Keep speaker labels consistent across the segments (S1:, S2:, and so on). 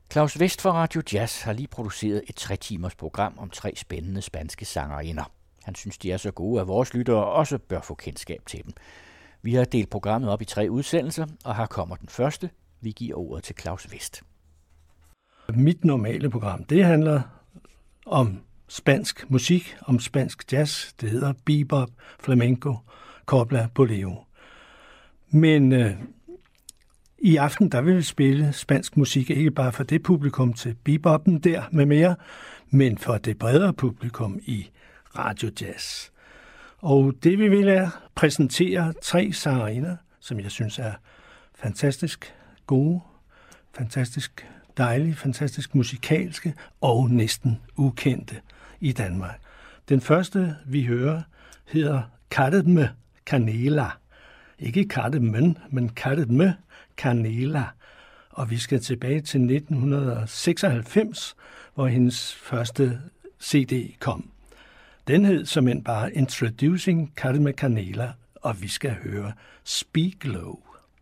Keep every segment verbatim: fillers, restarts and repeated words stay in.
S1: Claus West fra Radio Jazz har lige produceret et tre timers program om tre spændende spanske sangerinder. Han synes, de er så gode, at vores lyttere også bør få kendskab til dem. Vi har delt programmet op i tre udsendelser, og her kommer den første. Vi giver ordet til Claus West.
S2: Mit normale program, det handler om spansk musik, om spansk jazz. Det hedder bebop, flamenco, copla, bolero. Men øh, i aften, der vil vi spille spansk musik, ikke bare for det publikum til beboppen der med mere, men for det bredere publikum i Radio Jazz. Og det vi vil er at præsentere tre sangerinder, som jeg synes er fantastisk gode, fantastisk dejlige, fantastisk musikalske og næsten ukendte i Danmark. Den første, vi hører, hedder Carmen Canela. Ikke Carmen, men Carmen Canela. Og vi skal tilbage til nitten seksoghalvfems, hvor hendes første C D kom. Den hed såmænd bare Introducing Carmen Canela, og vi skal høre Speak Low.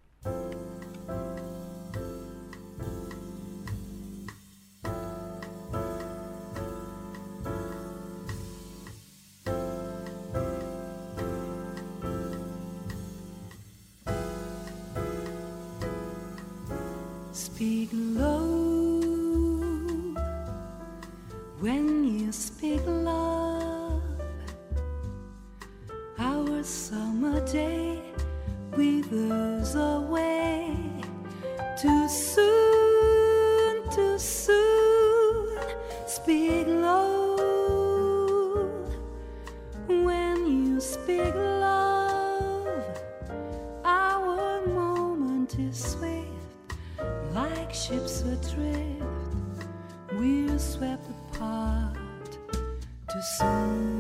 S3: Speak low when you speak love. Our summer day withers away too soon, too soon. Speak low when you speak love. Our moment is sweet. Like ships adrift, we're swept apart too soon.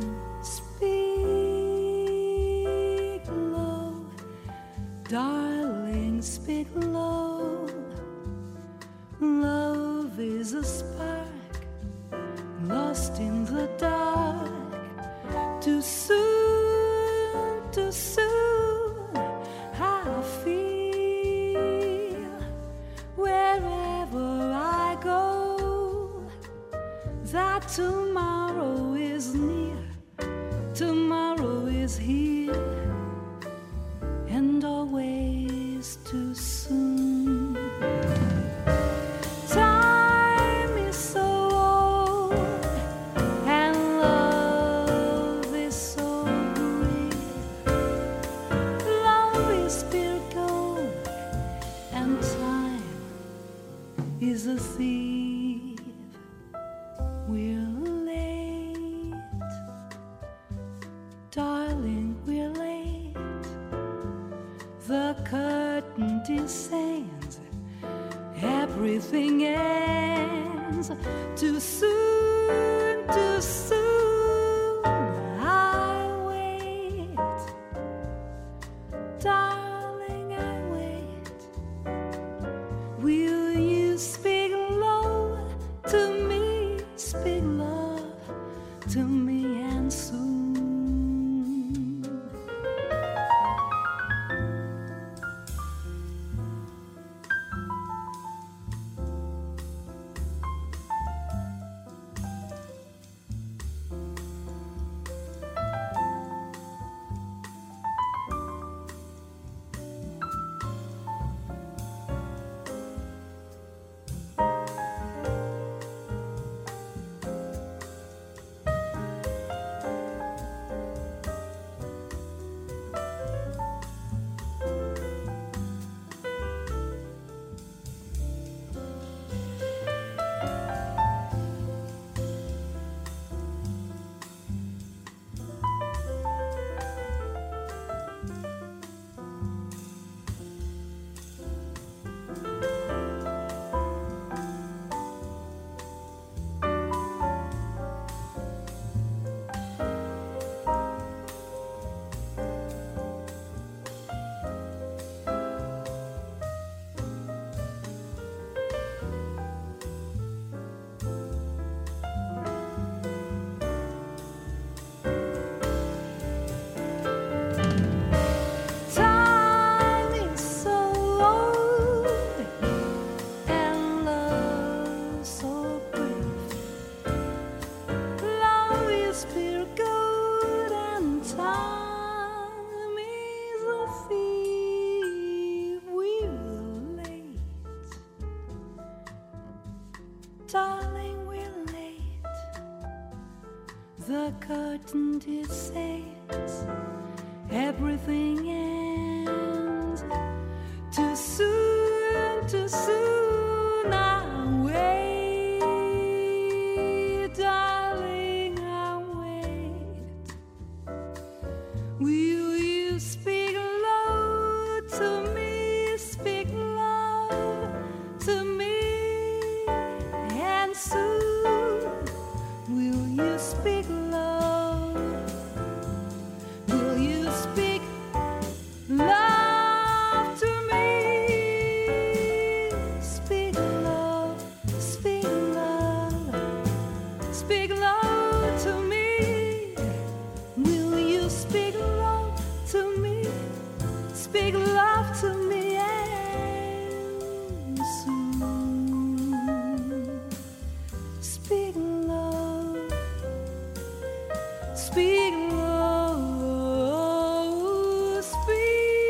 S3: Speak low, darling, speak low. Love is a spark lost in the dark. Too soon, too soon. I feel wherever I go that tomorrow is near, tomorrow is here, and always too soon. Time is so old and love is so brief. Love is spirit gold and time is a thief. We're late, darling, we're late. The curtain descends, everything ends. Too soon, too soon. I wait, darling, I wait. Will you speak low to me? Speak love to me and soon. darling, we're late. The curtain descends, everything ends. Too soon, too soon, I wait, darling, I wait. Will you speak low to me, speak low to me, and soon will you speak low? Will you speak love to me? Speak love, speak love, speak love to me. Will you speak love to me? Speak love to me, and soon speak love, speak love, speak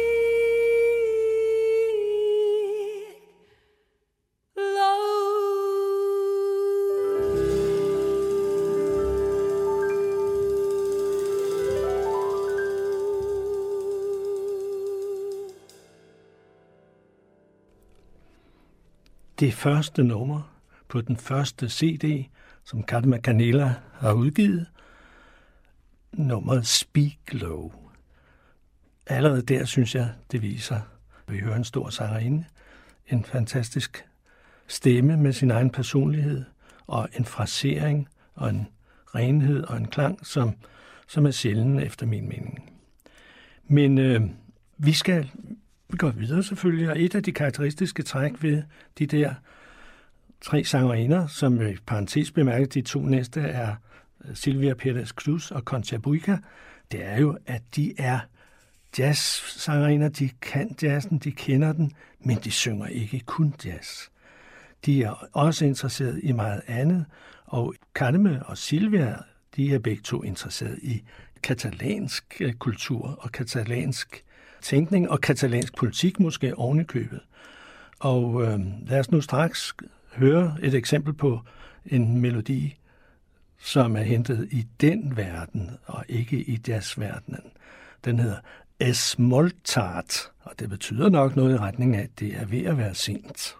S2: Det første nummer på den første C D, som Karma Canela har udgivet, nummeret Speak Low. Allerede der synes jeg, det viser, at vi hører en stor sangerinde, en fantastisk stemme med sin egen personlighed, og en frasering og en renhed og en klang, som, som er sjælden efter min mening. Men øh, vi skal vi går videre selvfølgelig, og et af de karakteristiske træk ved de der tre sangerinder, som i parentes bemærket, de to næste er Silvia Pérez Cruz og Concha Buica, det er jo, at de er jazz-sangerinder, de kan jazzen, de kender den, men de synger ikke kun jazz. De er også interesseret i meget andet, og Carme og Silvia, de er begge to interesseret i katalansk kultur og katalansk tænkning og katalansk politik måske oven i købet. Og øh, lad os nu straks høre et eksempel på en melodi, som er hentet i den verden og ikke i jazzverdenen. Den hedder Es molt tard, og det betyder nok noget i retning af, at det er ved at være sent.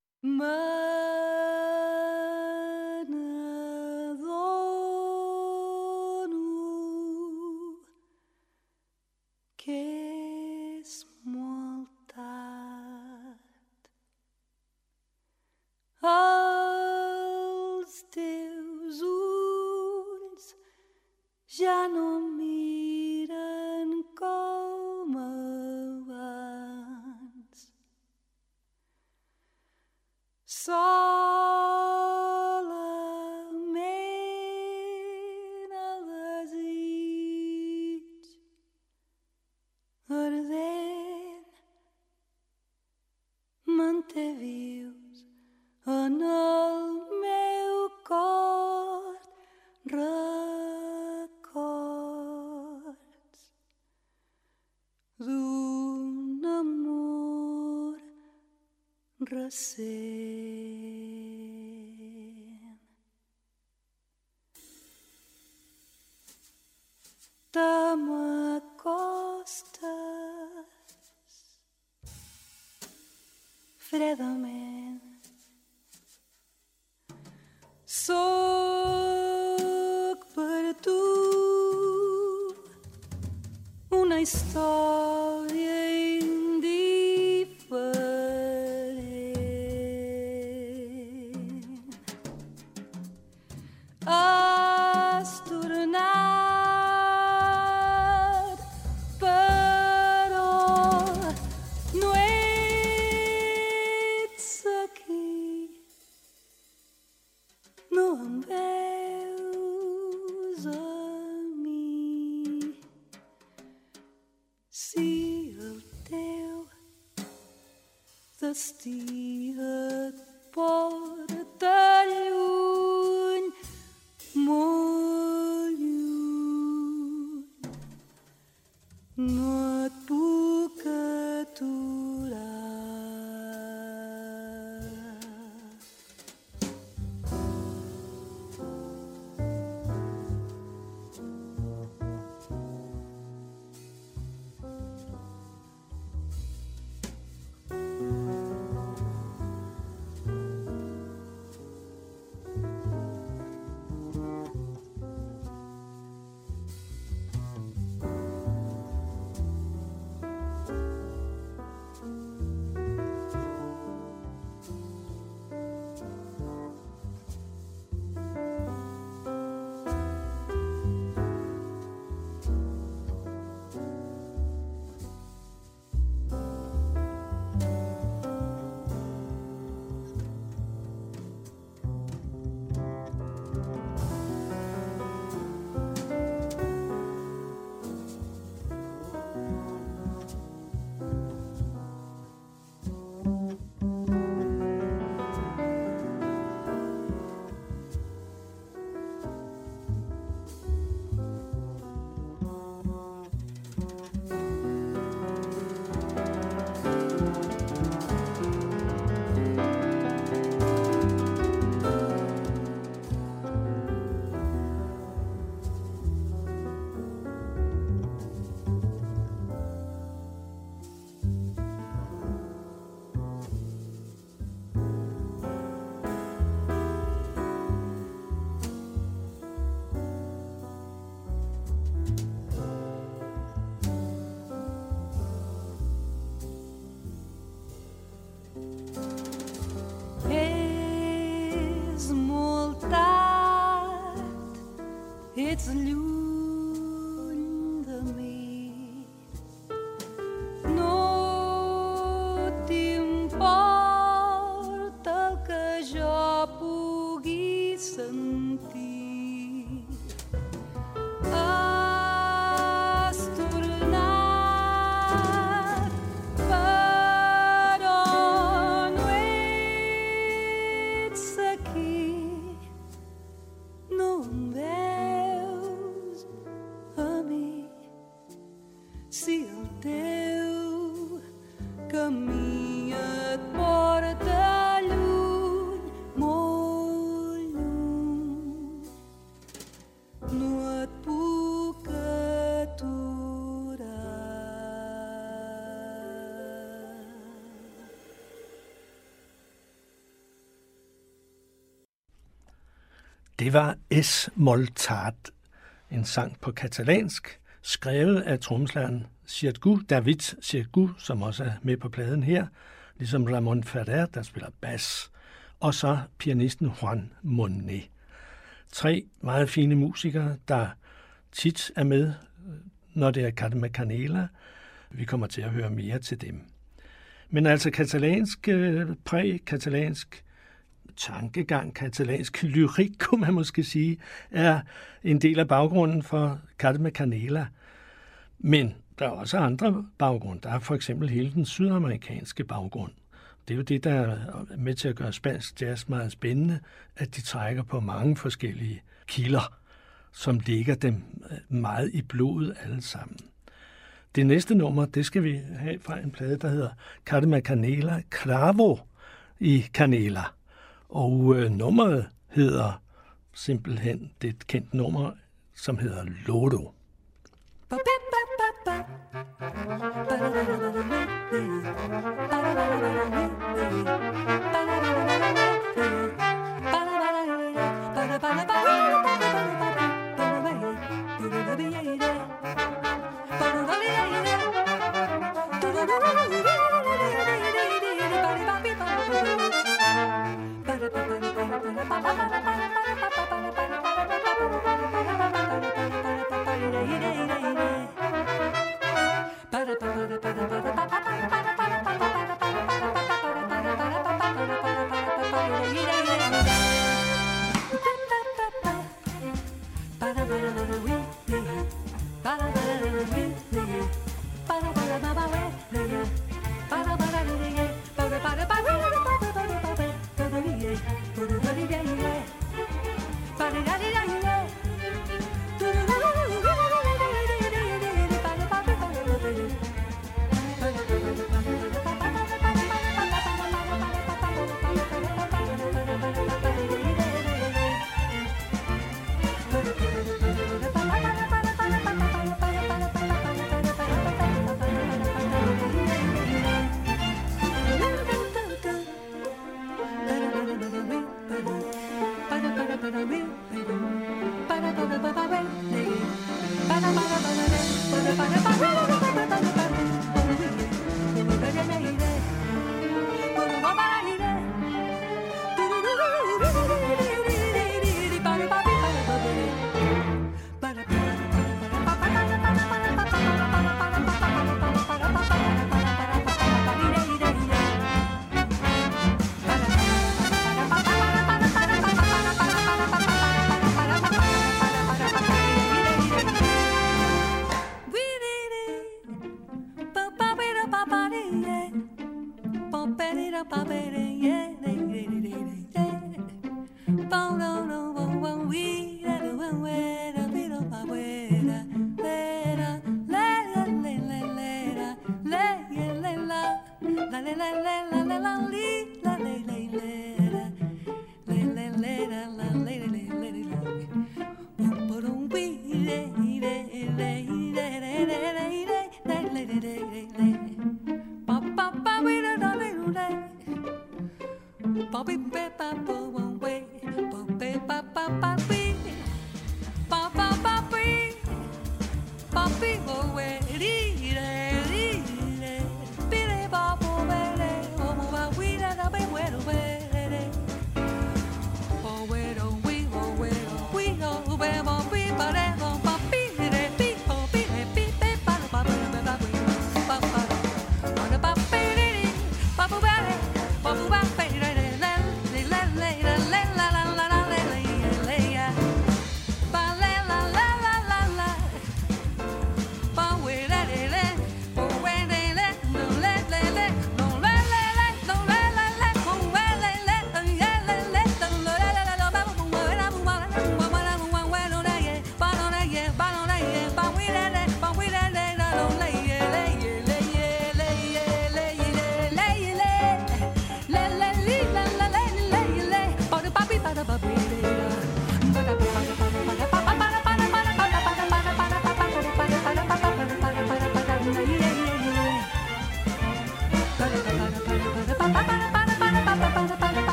S3: Els teus ulls ja no miren com abans. Solament el desig ardent manté vius en el meu cor records d'un amor recent. Te m'acostes fredament. Soc per tu una història indiferent. Has tornat, però no ets aquí. No em veus a mi. Si el teu destí et porta lluny, molt lluny, no et puc aturar. ets lluny de mi. No t'importa el que jo pugui sentir. Has tornat, però no ets aquí. No em veus a mi. Si el teu camí et porta lluny, molt lluny, no et puc aturar.
S2: Det var Es Moltart, en sang på katalansk, skrevet af trommeslageren Xirgu, David Xirgu, som også er med på pladen her, ligesom Ramon Ferrer, der spiller bas, og så pianisten Juan Monet. Tre meget fine musikere, der tit er med, når det er Carme Canela. Vi kommer til at høre mere til dem. Men altså katalansk præg, katalansk tankegang, katalansk lyrik, kunne man måske sige, er en del af baggrunden for Carme Canela. Men der er også andre baggrunde. Der er for eksempel hele den sydamerikanske baggrund. Det er jo det, der er med til at gøre spansk jazz meget spændende, at de trækker på mange forskellige kilder, som ligger dem meget i blodet alle sammen. Det næste nummer, det skal vi have fra en plade, der hedder Carme Canela, Cravo i Canela. Og øh, nummeret hedder simpelthen, det er et kendt nummer, som hedder Lodo.
S3: But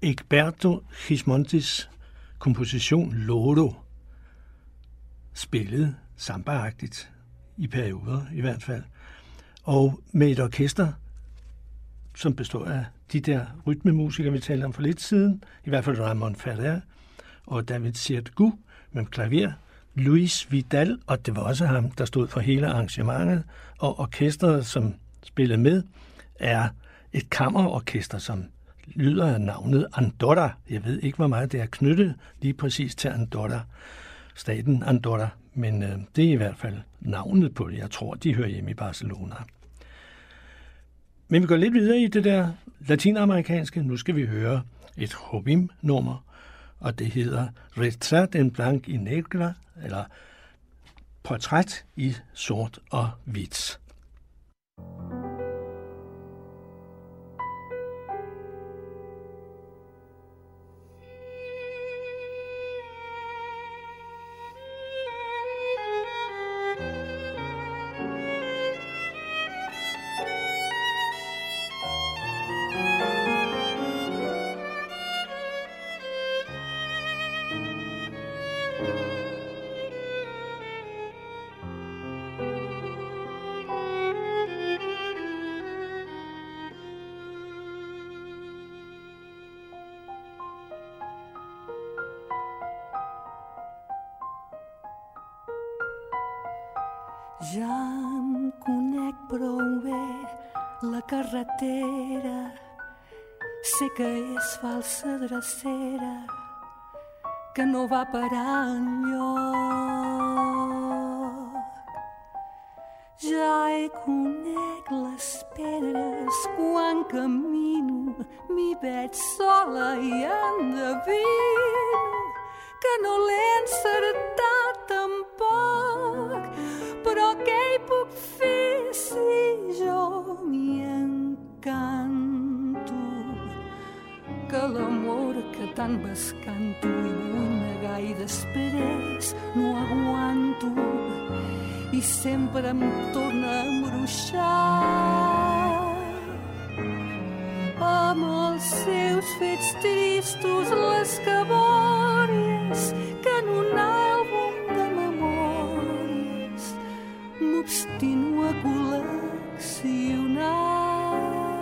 S2: Egberto Gismontis komposition Loro, spillet samba-agtigt i perioder i hvert fald, og med et orkester, som består af de der rytmemusikere, vi talte om for lidt siden, i hvert fald Ramon Ferrer og David Siergu med klaver, Luis Vidal, og det var også ham, der stod for hele arrangementet, og orkestret, som spillede med, er et kammerorkester, som lyder af navnet Andorra. Jeg ved ikke, hvor meget det er knyttet lige præcis til Andorra, staten Andorra, men øh, det er i hvert fald navnet på det. Jeg tror, de hører hjemme i Barcelona. Men vi går lidt videre i det der latinamerikanske. Nu skal vi høre et Jobim-nummer, og det hedder Retrat en blanc y negra, eller Portræt i sort og hvidt.
S3: Ja em conec prou bé la carretera, sé que és falsa drecera, que no va parar enlloc. Ja hi conec les pedres, quan camino m'hi veig sola i endevino que no l'he encertat tampoc. Però què hi puc fer si jo m'hi encanto? Que l'amor que tant bescanto i vull negar i després no aguanto i sempre em torna a embruixar amb els seus fets tristos, les cabòries que en un àlbum de memòries m'obstino a col·leccionar.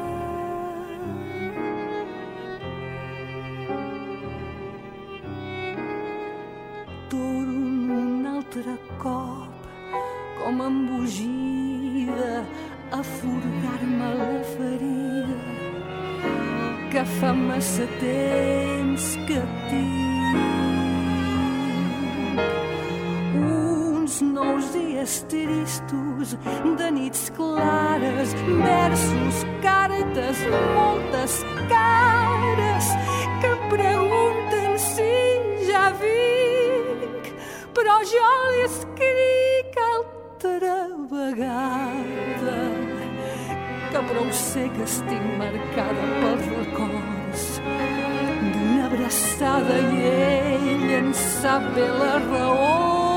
S3: Torno un altre cop, com embogida, a furgar-me la ferida que fa massa temps que tinc. Uns nous dies tristos, de nits clares, versos, cartes, moltes cares que em pregunten si ja vinc, però jo li escric altra vegada que prou sé que estic marcada pels records d'una abraçada i ell en sap bé la raó.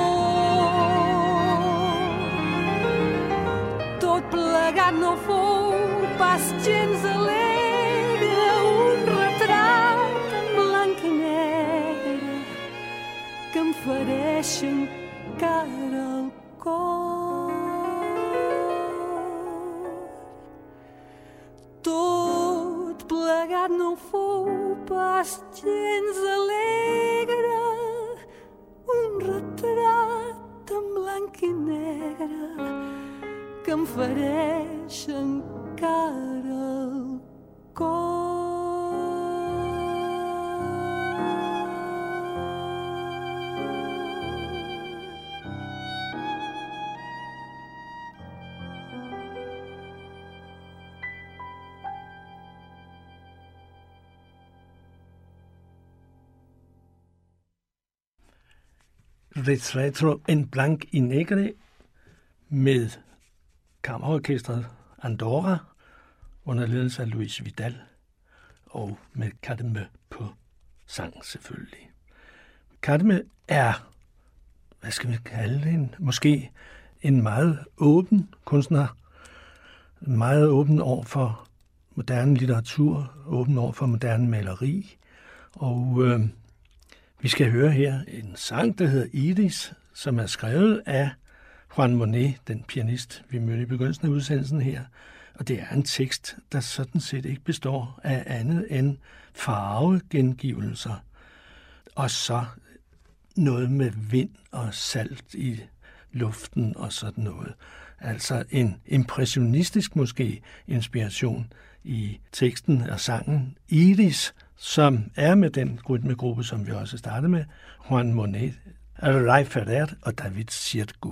S3: Tot plegat no fou pas gens alegre, un retrat en blanc i negre que em fereix encara el cor. Tot plegat no fou pas gens alegre, un retrat en blanc i negre que em fereix encara el cor.
S2: Retrat en blanc y negre med kammerorkestret Andorra under ledelse af Luis Vidal og med Cadme på sang selvfølgelig. Cadme er, hvad skal vi kalde det, en, måske en meget åben kunstner, meget åben over for moderne litteratur, åben over for moderne maleri, Og øh, vi skal høre her en sang, der hedder Iris, som er skrevet af Juan Monet, den pianist, vi mødte i begyndelsen af udsendelsen her. Og det er en tekst, der sådan set ikke består af andet end farvegengivelser. Og så noget med vind og salt i luften og sådan noget. Altså en impressionistisk måske inspiration i teksten af sangen Iris, som er med den rytmegruppe, som vi også startede med, Juan Monet, Ray Ferrer og David Siergu.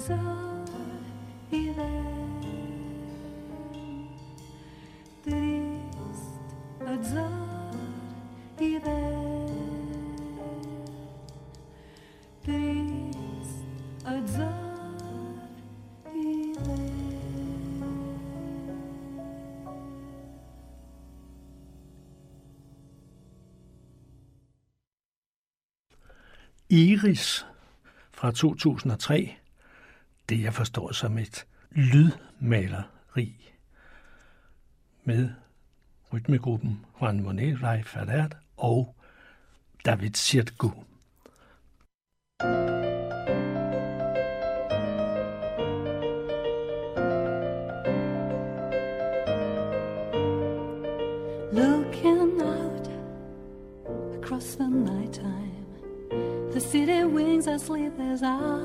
S3: atzar idem, trist atzar idem, trist atzar idem.
S2: Iris fra to tusind og tre, det jeg forstår som et lydmaleri med rytmegruppen Juan Monet, Ray Ferret og David Sirtgu.
S3: Looking out across the nighttime, the city wings asleep as I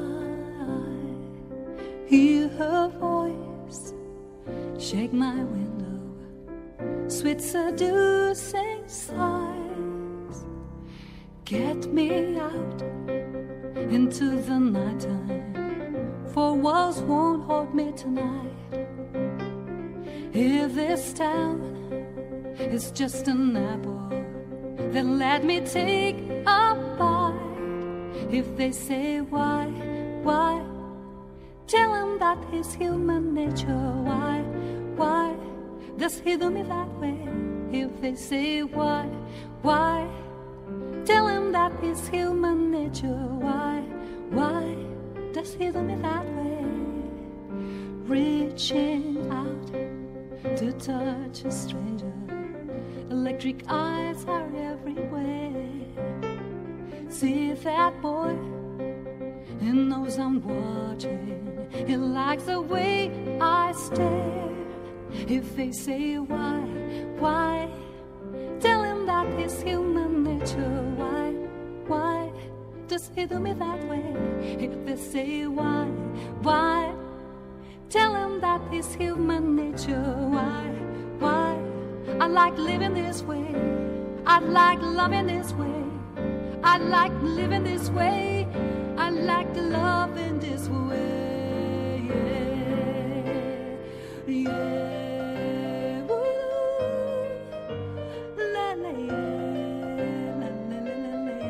S3: hear her voice shake my window, sweet seducing sighs. Get me out into the nighttime, for walls won't hold me tonight. If this town is just an apple, then let me take a bite. If they say why, why, tell him that is human nature. Why, why does he do me that way? If they say why, why, tell him that is human nature. Why, why does he do me that way? Reaching out to touch a stranger, electric eyes are everywhere. See that boy, he knows I'm watching, he likes the way I stare. If they say why, why, tell him that is human nature. Why, why does he do me that way? If they say why, why, tell him that is human nature. Why, why, I like living this way, I like loving this way, I like living this way, I like loving this way, yeah, yeah, woo, la la yeah, la la la la la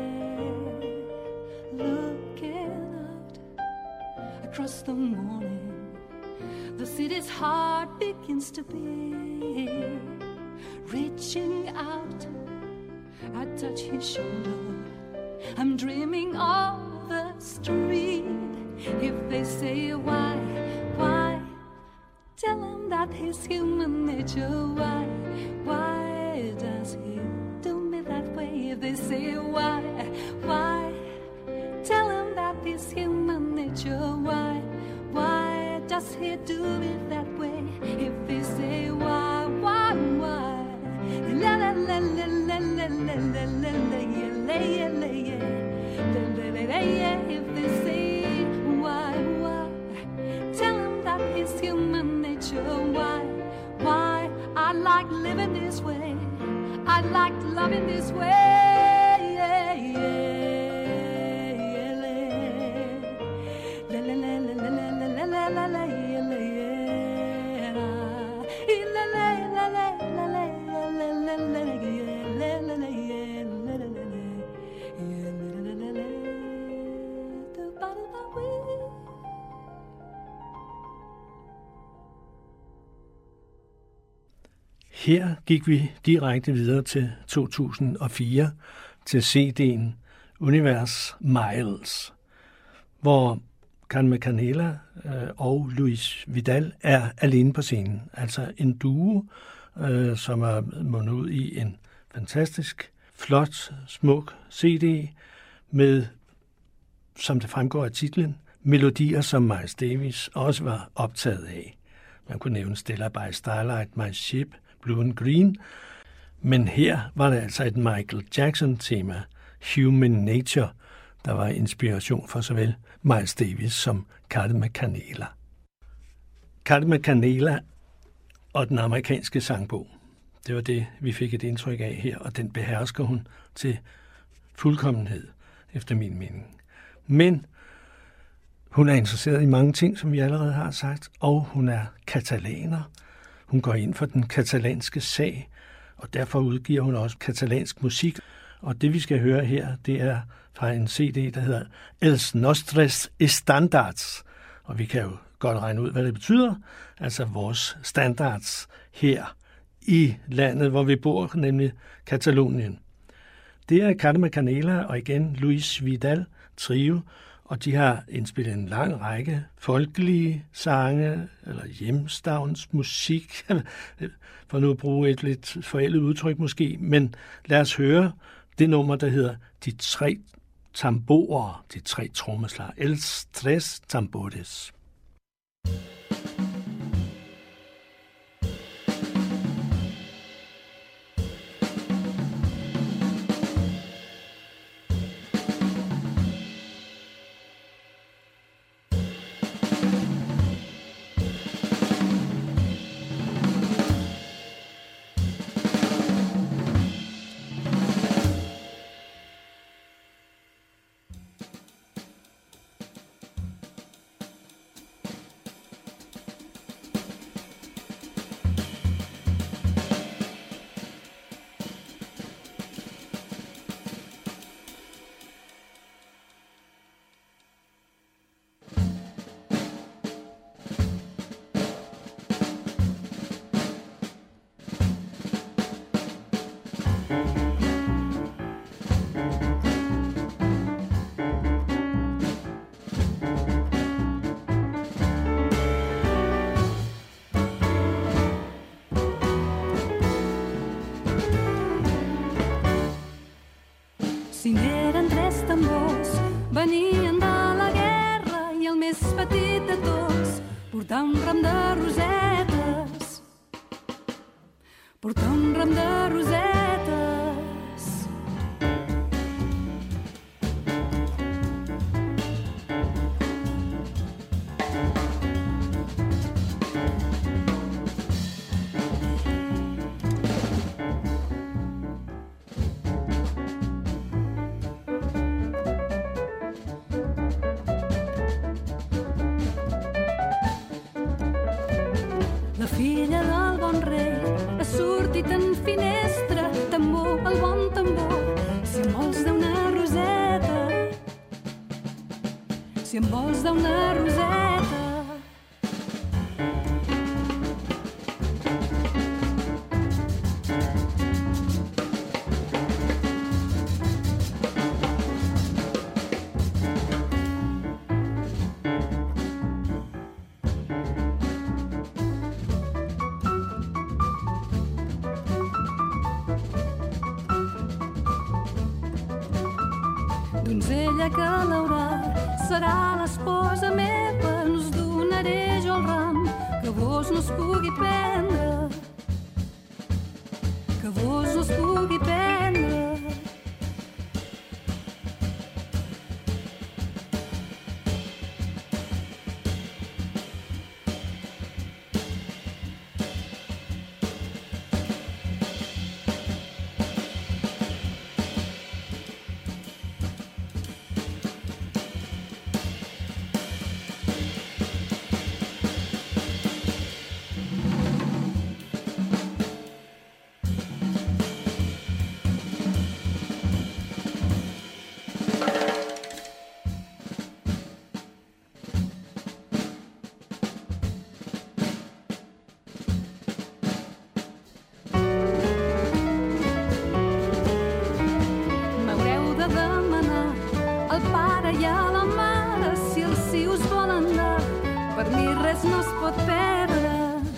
S3: yeah. Looking out across the morning, the city's heart begins to beat. Reaching out, I touch his shoulder, I'm dreaming of the street. If they say why, why, tell him that his human nature. Why, why does he do me that way? If they say why, why, tell him that his human nature. Why, why does he do it that way? If they say why, why, why, la la la la la la la la la la yeah, yeah, yeah, yeah, yeah. If they say why, why, tell him that it's human nature. Why, why, I like living this way, I like loving this way, yeah, yeah, yeah, la la la la la la la la la la yeah, yeah, la la la la la la.
S2: Her gik vi direkte videre til to tusind og fire til C D'en Univers Miles, hvor Carmen Canela og Luis Vidal er alene på scenen. Altså en duo, øh, som er mundet ud i en fantastisk, flot, smuk C D med, som det fremgår af titlen, melodier, som Miles Davis også var optaget af. Man kunne nævne Stella by Starlight, My Ship, Blue and Green, men her var det altså et Michael Jackson-tema, Human Nature, der var inspiration for såvel Miles Davis som Carmen Canela. Carmen Canela og den amerikanske sangbog, det var det, vi fik et indtryk af her, og den behersker hun til fuldkommenhed, efter min mening. Men Hun er interesseret i mange ting, som vi allerede har sagt, og hun er katalaner. Hun går ind for den katalanske sag, og derfor udgiver hun også katalansk musik. Og det, vi skal høre her, det er fra en C D, der hedder Els Nostres Standards. Og vi kan jo godt regne ud, hvad det betyder. Altså vores standards her i landet, hvor vi bor, nemlig Katalonien. Det er Carme Canela og igen Luis Vidal trio, og de har indspillet en lang række folkelige sange, eller hjemstavnsmusik, for nu at bruge et lidt forældet udtryk måske, men lad os høre det nummer, der hedder De tre tamborer, de tre trommeslager, Els tres tambores.
S3: Si n'eren tres tambors, venien de la guerra i el més petit de tots portar un ram de rosetes, portar un ram de rosetes. La filla del bon rei ha sortit en finestra, tambor, el bon tambor, si em vols d'una roseta, si em vols d'una roseta. Donzella que l'haurà serà l'esposa meva, no us donaré jo el ram que vos no es pugui prendre, que vos no es pugui prendre. No es pot perdre,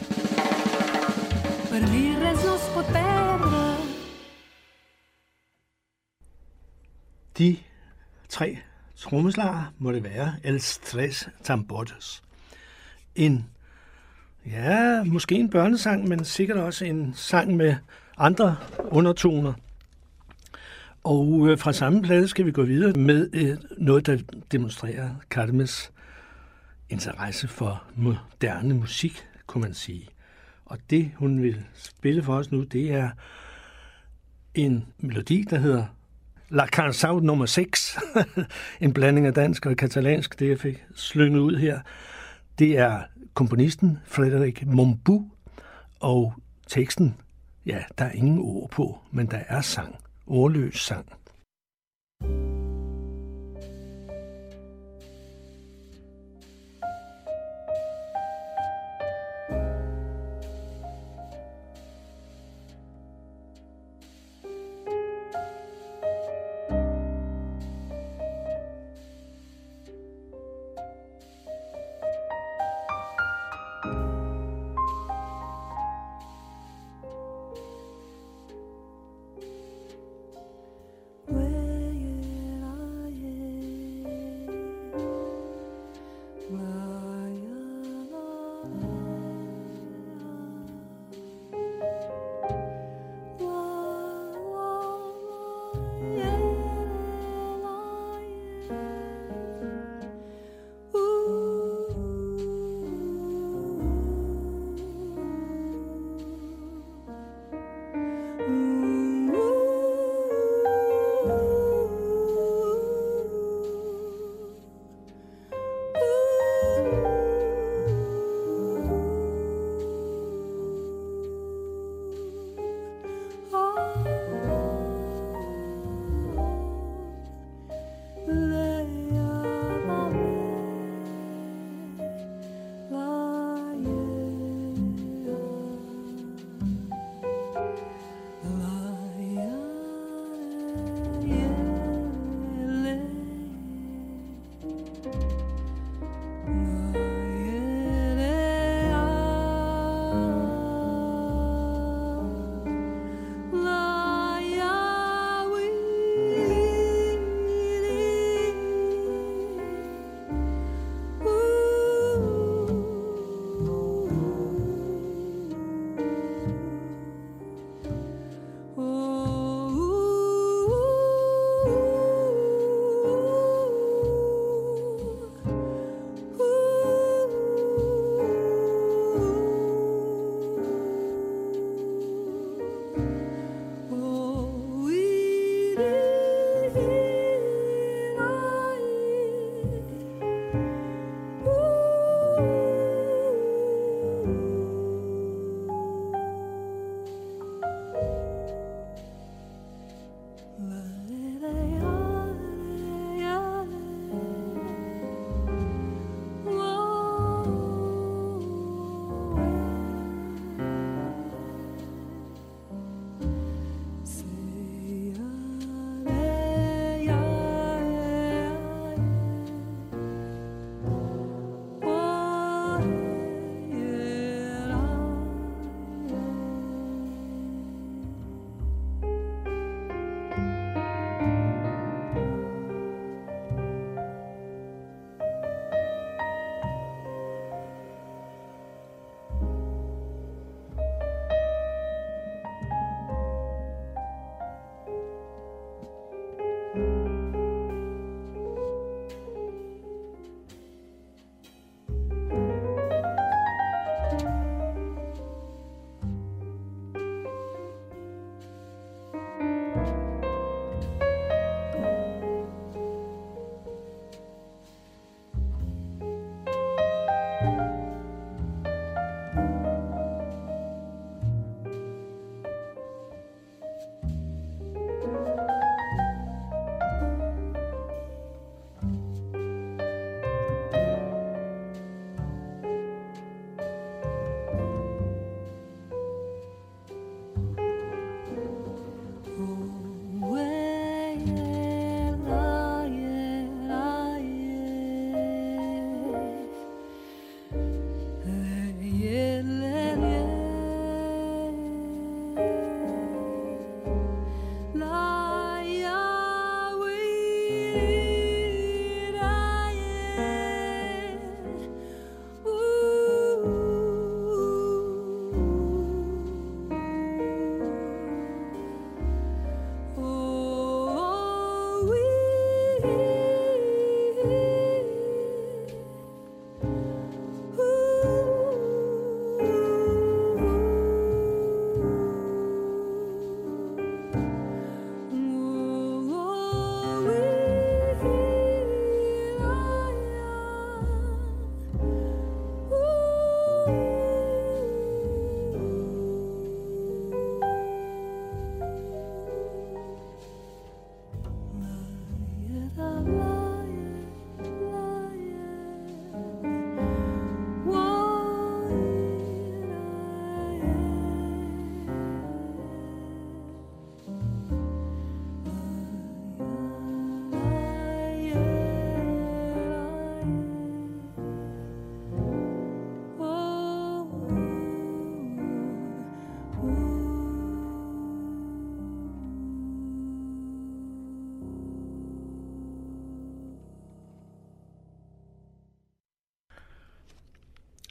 S3: per mi res no es pot perdre.
S2: De tre trommeslagere må det være Els tres tambores. En, ja, måske en børnesang, men sikkert også en sang med andre undertoner. Og fra samme plade skal vi gå videre med noget, der demonstrerer Carmes interesse for moderne musik, kunne man sige. Og det, hun vil spille for os nu, det er en melodi, der hedder La Cançó nummer seks, en blanding af dansk og katalansk, det jeg fik slynget ud her. Det er komponisten Frédéric Mombou, og teksten, ja, der er ingen ord på, men der er sang, ordløs sang.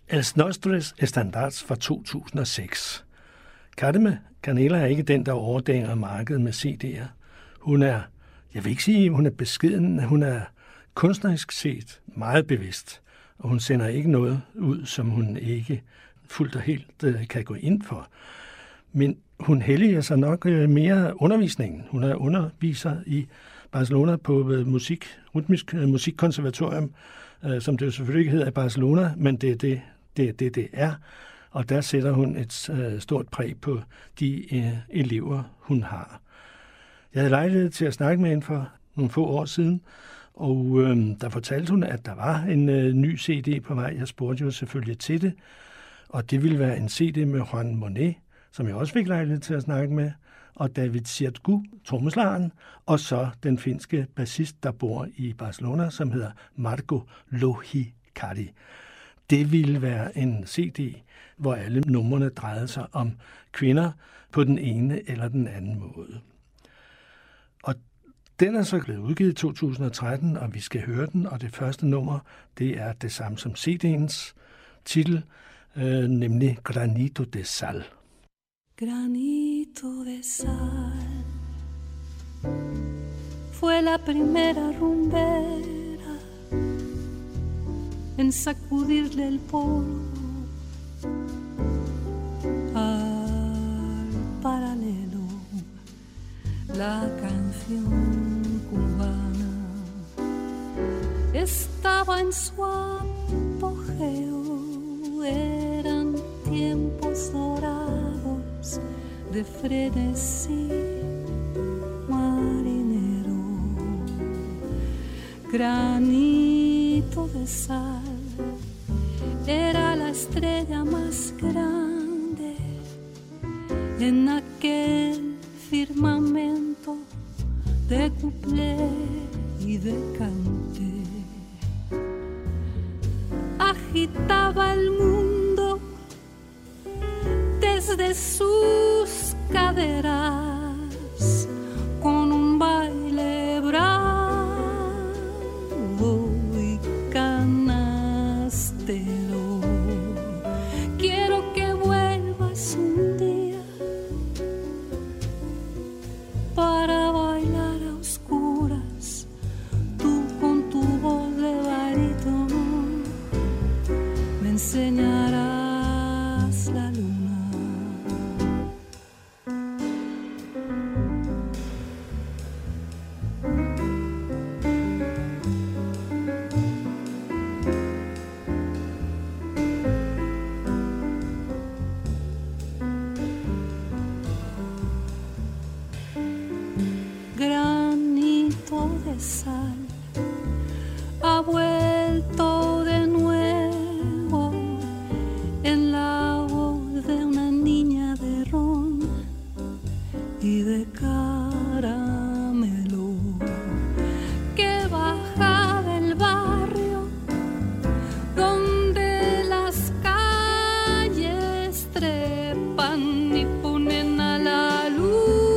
S2: Els Nostres Estandards fra to tusind og seks. Carme Canela er ikke den, der overdænger markedet med C D'er. Hun er, jeg vil ikke sige, hun er beskeden, hun er kunstnerisk set meget bevidst, og hun sender ikke noget ud, som hun ikke fuldt og helt uh, kan gå ind for. Men hun helliger sig nok uh, mere undervisningen. Hun er underviser i Barcelona på uh, musik, rytmisk uh, musikkonservatorium, uh, som det jo selvfølgelig ikke hedder i Barcelona, men det er det, det, det, det er. Og der sætter hun et uh, stort præg på de uh, elever, hun har. Jeg havde lejlighed til at snakke med hende for nogle få år siden, og øh, der fortalte hun, at der var en øh, ny C D på vej. Jeg spurgte jo selvfølgelig til det, og det ville være en C D med Juan Monet, som jeg også fik lejlighed til at snakke med, og David Siertgu, trommeslageren, og så den finske bassist, der bor i Barcelona, som hedder Marco Lohikari. Det ville være en C D, hvor alle numrene drejede sig om kvinder på den ene eller den anden måde. Og den er så blevet udgivet i to tusind og tretten, og vi skal høre den, og det første nummer, det er det samme som C D'ens titel, øh, nemlig Granito de Sal.
S3: Granito de sal fue la primera rumbera en sacudirle el polvo al paralelo, la canción cubana estaba en su apogeo, eran tiempos dorados de frenesí marinero. Granito de sal era la estrella más grande en aquel firmamento de cuplé y de cante. Agitaba el mundo desde sus caderas con un baile bravo y canastero. Quiero que vuelvas un día para bailar a oscuras, tú con tu voz de barítono me enseñarás la luna. Granito de sal ha vuelto de nuevo en la voz de una niña de ron y de caramelo que baja del barrio donde las calles trepan y ponen a la luz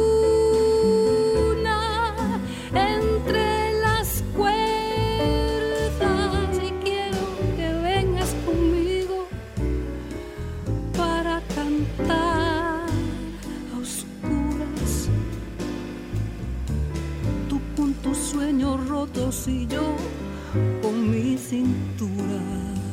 S3: rotos y yo con mi cintura.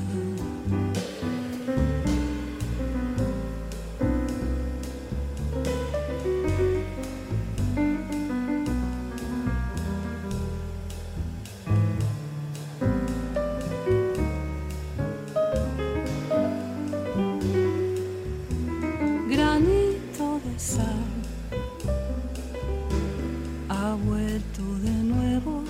S3: Granito de sal ha vuelto de nuevo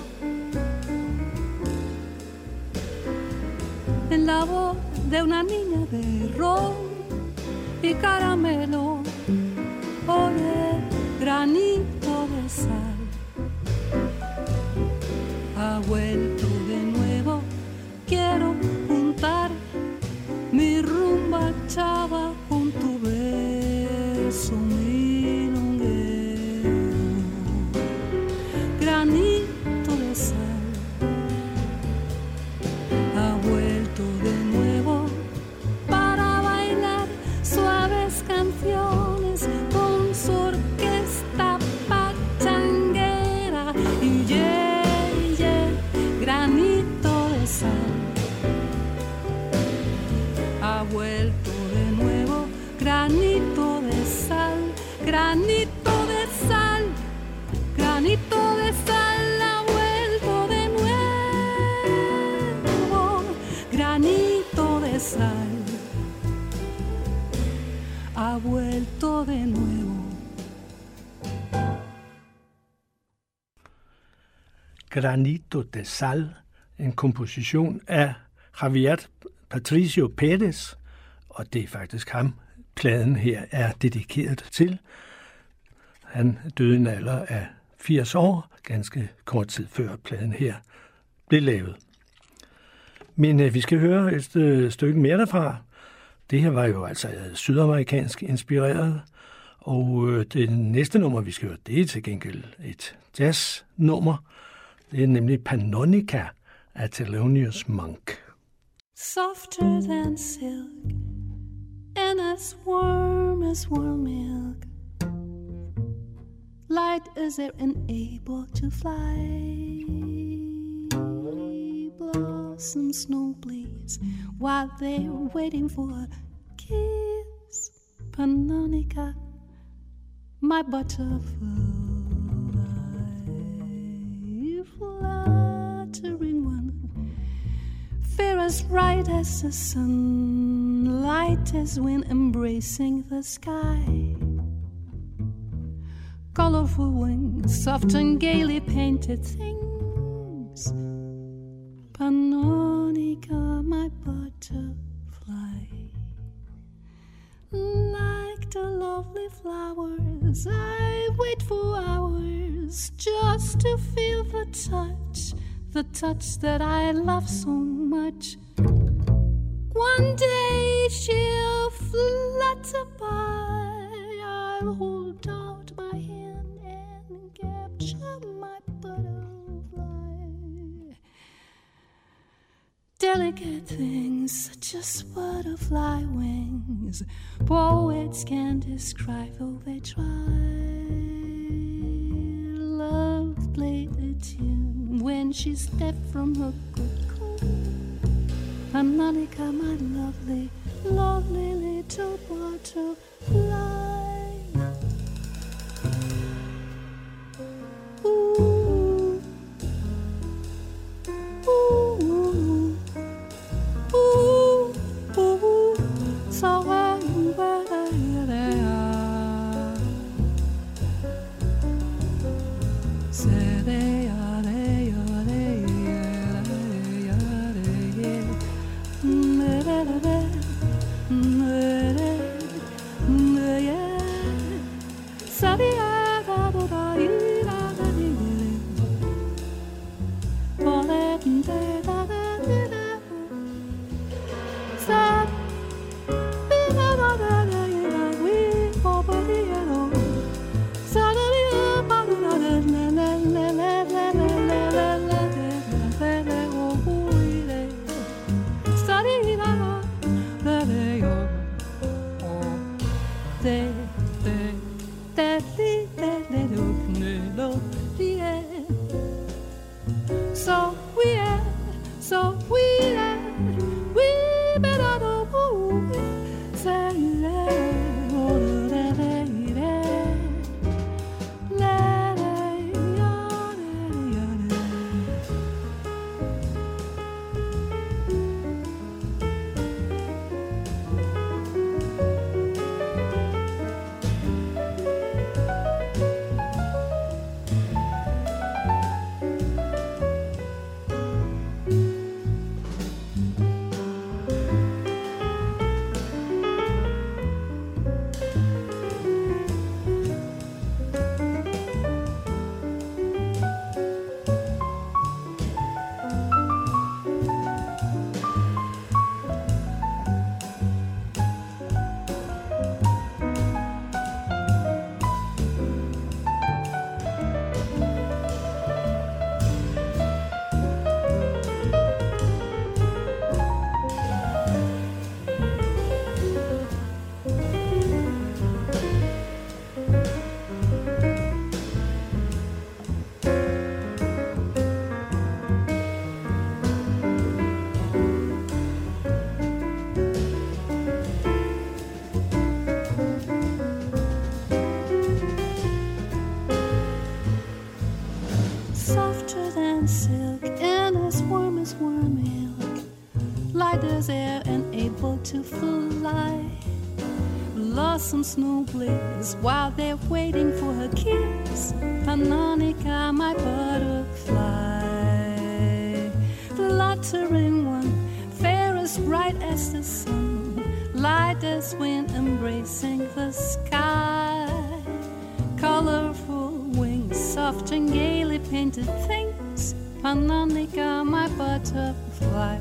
S3: en la voz de una niña de ron y caramelo. Oye, granito de sal ha vuelto de nuevo. Quiero juntar mi rumba chava con tu beso milonguero. Granito de sal ha vuelto de nuevo vuelto de nuevo, granito de sal, granito de sal, granito de sal, ha vuelto de nuevo, granito de sal, ha vuelto de nuevo.
S2: Granito de Sal, en komposition af Javier Patricio Pérez, og det er faktisk ham, pladen her er dedikeret til. Han døde i en alder af firs år, ganske kort tid før pladen her blev lavet. Men øh, vi skal høre et øh, stykke mere derfra. Det her var jo altså sydamerikansk inspireret, og øh, det næste nummer, vi skal høre, det er til gengæld et jazznummer. Det er nemlig Pannonica af Thelonious Monk.
S3: Softer than silk and as warm as warm milk, light as air and able to fly. Blossom snow bleeds while they're waiting for a kiss. Pannonica, my butterfly, fluttering one, fair as bright as the sun, light as wind embracing the sky. Colorful wings, soft and gaily painted things. Pannonica, my butterfly, like the lovely flowers, I wait for hours just to feel the touch, the touch that I love so much. One day she'll flutter by, I'll hold out my hand and capture my butterfly. Delicate things such as butterfly wings, poets can't describe though they try. Love played a tune when she stepped from her cocoon. Pannonica, my lovely, lovely little butterfly. Ooh, ooh, ooh, ooh, so where they are, say they are, they are, they are, they are, they are, they are. light as air and able to fly. Blossom snow bliss while they're waiting for her kiss. Panonica, my butterfly. Fluttering one, fair as bright as the sun, light as wind embracing the sky. Colorful wings, soft and gaily painted things. Panonica, my butterfly.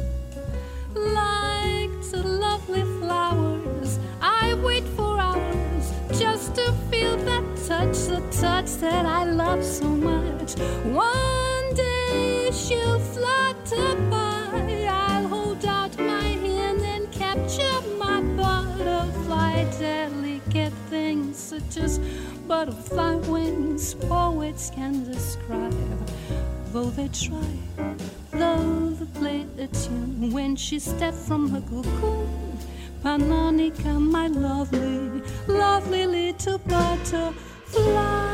S3: Like the lovely flowers, I wait for hours just to feel that touch, the touch that I love so much. One day she'll flutter by, I'll hold out my hand and capture my butterfly. Delicate things such as butterfly wings, poets can describe, though they try. Love played a tune when she stepped from her cocoon. Panonica, my lovely, lovely little butterfly.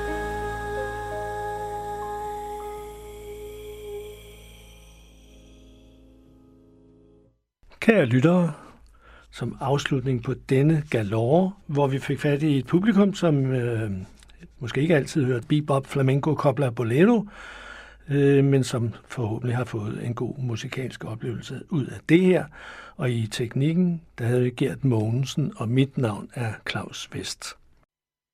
S2: Kære lyttere, som afslutning på denne galore, hvor vi fik fat i et publikum, som øh, måske ikke altid hørt bebop, flamenco, copla, bolero, øh, men som forhåbentlig har fået en god musikalsk oplevelse ud af det her. Og i teknikken, der havde vi Gert Mogensen, og mit navn er Claus Vest.